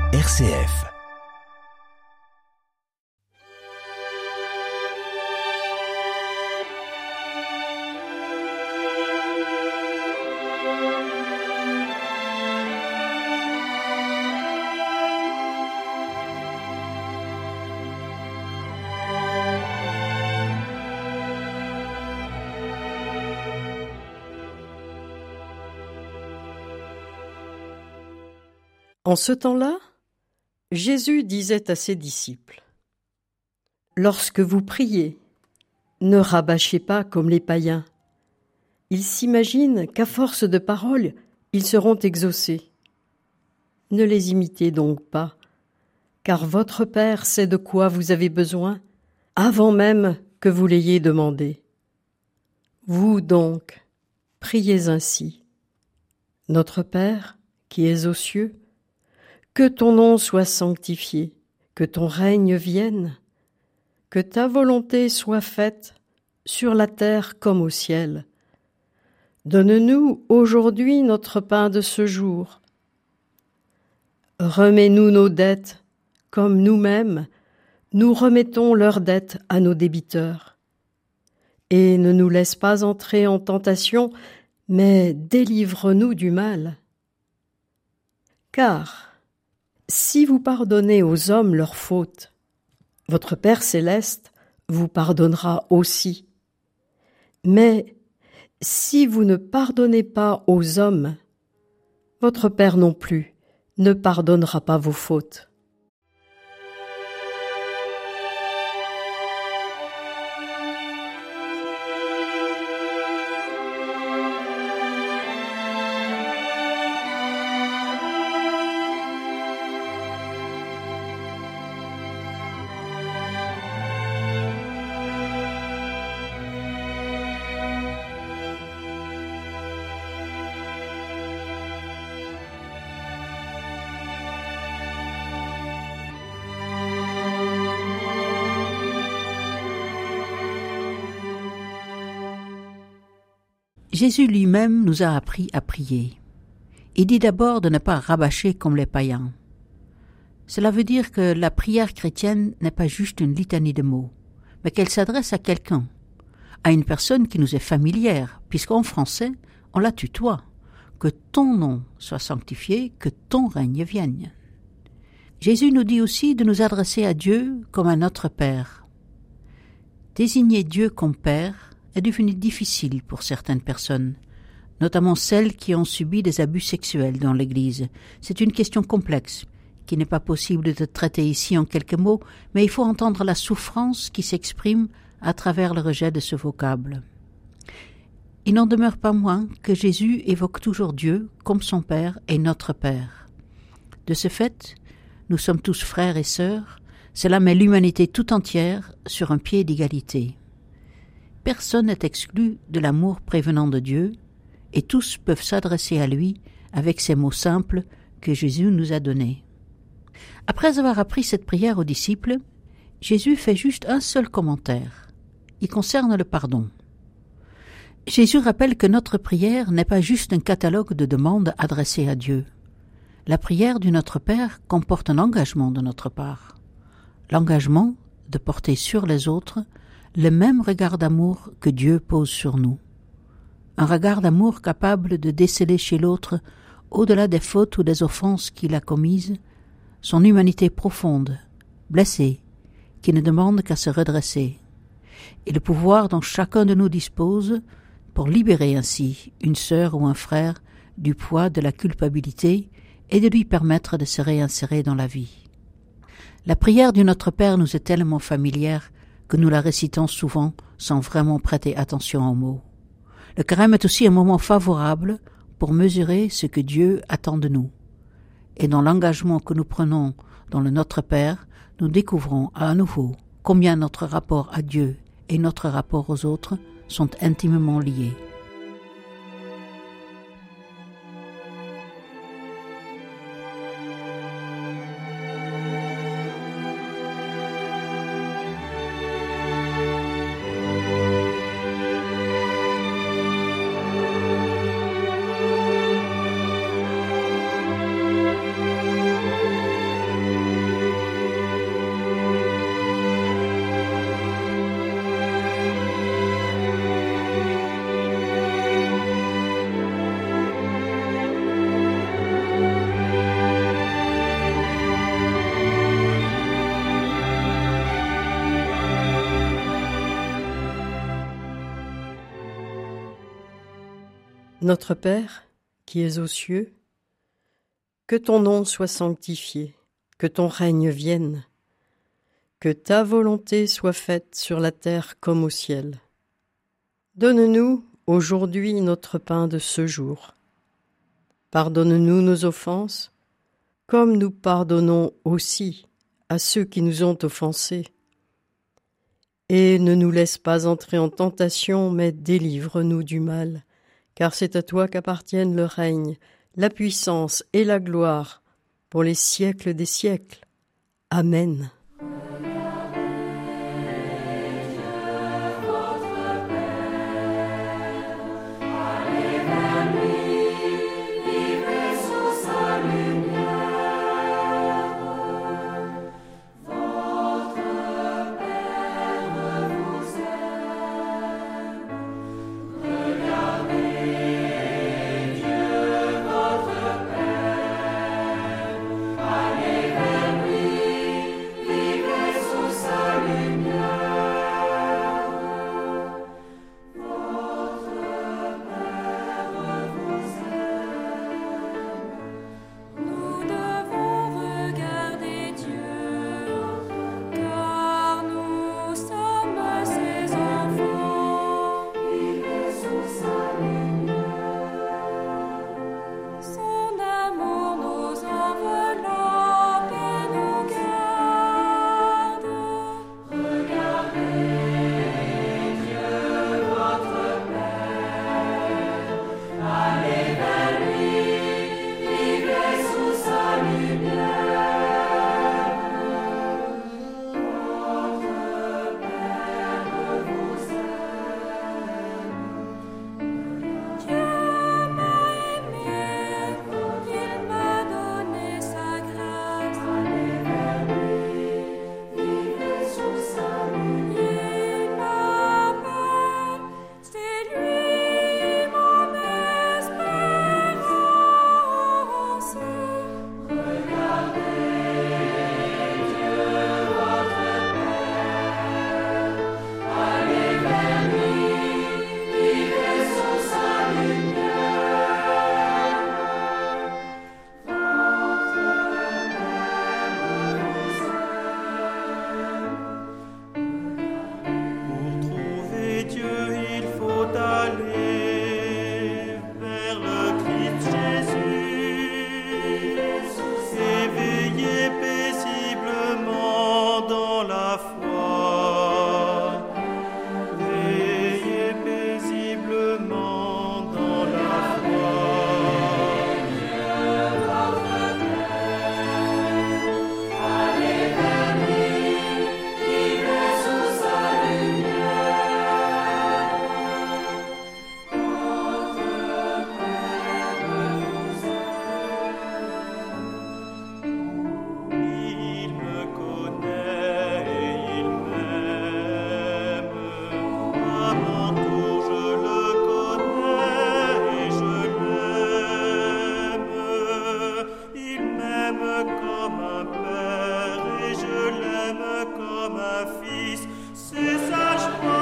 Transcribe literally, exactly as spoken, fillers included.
R C F. En ce temps-là, Jésus disait à ses disciples : « Lorsque vous priez, ne rabâchez pas comme les païens. Ils s'imaginent qu'à force de paroles, ils seront exaucés. Ne les imitez donc pas, car votre Père sait de quoi vous avez besoin, avant même que vous l'ayez demandé. Vous donc, priez ainsi. Notre Père, qui es aux cieux, que ton nom soit sanctifié, que ton règne vienne, que ta volonté soit faite sur la terre comme au ciel. Donne-nous aujourd'hui notre pain de ce jour. Remets-nous nos dettes, comme nous-mêmes, nous remettons leurs dettes à nos débiteurs. Et ne nous laisse pas entrer en tentation, mais délivre-nous du mal. Car si vous pardonnez aux hommes leurs fautes, votre Père céleste vous pardonnera aussi. Mais si vous ne pardonnez pas aux hommes, votre Père non plus ne pardonnera pas vos fautes. Jésus lui-même nous a appris à prier. Il dit d'abord de ne pas rabâcher comme les païens. Cela veut dire que la prière chrétienne n'est pas juste une litanie de mots, mais qu'elle s'adresse à quelqu'un, à une personne qui nous est familière, puisqu'en français, on la tutoie. Que ton nom soit sanctifié, que ton règne vienne. Jésus nous dit aussi de nous adresser à Dieu comme à notre Père. Désigner Dieu comme Père est devenu difficile pour certaines personnes, notamment celles qui ont subi des abus sexuels dans l'Église. C'est une question complexe, qui n'est pas possible de traiter ici en quelques mots, mais il faut entendre la souffrance qui s'exprime à travers le rejet de ce vocable. Il n'en demeure pas moins que Jésus évoque toujours Dieu comme son Père et notre Père. De ce fait, nous sommes tous frères et sœurs, cela met l'humanité tout entière sur un pied d'égalité. Personne n'est exclu de l'amour prévenant de Dieu, et tous peuvent s'adresser à lui avec ces mots simples que Jésus nous a donnés. Après avoir appris cette prière aux disciples, Jésus fait juste un seul commentaire. Il concerne le pardon. Jésus rappelle que notre prière n'est pas juste un catalogue de demandes adressées à Dieu. La prière du Notre Père comporte un engagement de notre part. L'engagement de porter sur les autres le même regard d'amour que Dieu pose sur nous. Un regard d'amour capable de déceler chez l'autre, au-delà des fautes ou des offenses qu'il a commises, son humanité profonde, blessée, qui ne demande qu'à se redresser, et le pouvoir dont chacun de nous dispose pour libérer ainsi une sœur ou un frère du poids de la culpabilité et de lui permettre de se réinsérer dans la vie. La prière du Notre Père nous est tellement familière que nous la récitons souvent sans vraiment prêter attention aux mots. Le carême est aussi un moment favorable pour mesurer ce que Dieu attend de nous. Et dans l'engagement que nous prenons dans le Notre Père, nous découvrons à nouveau combien notre rapport à Dieu et notre rapport aux autres sont intimement liés. Notre Père, qui es aux cieux, que ton nom soit sanctifié, que ton règne vienne, que ta volonté soit faite sur la terre comme au ciel. Donne-nous aujourd'hui notre pain de ce jour. Pardonne-nous nos offenses, comme nous pardonnons aussi à ceux qui nous ont offensés. Et ne nous laisse pas entrer en tentation, mais délivre-nous du mal, car c'est à toi qu'appartiennent le règne, la puissance et la gloire, pour les siècles des siècles. Amen. Comme un père et je l'aime comme un fils, c'est sa joie.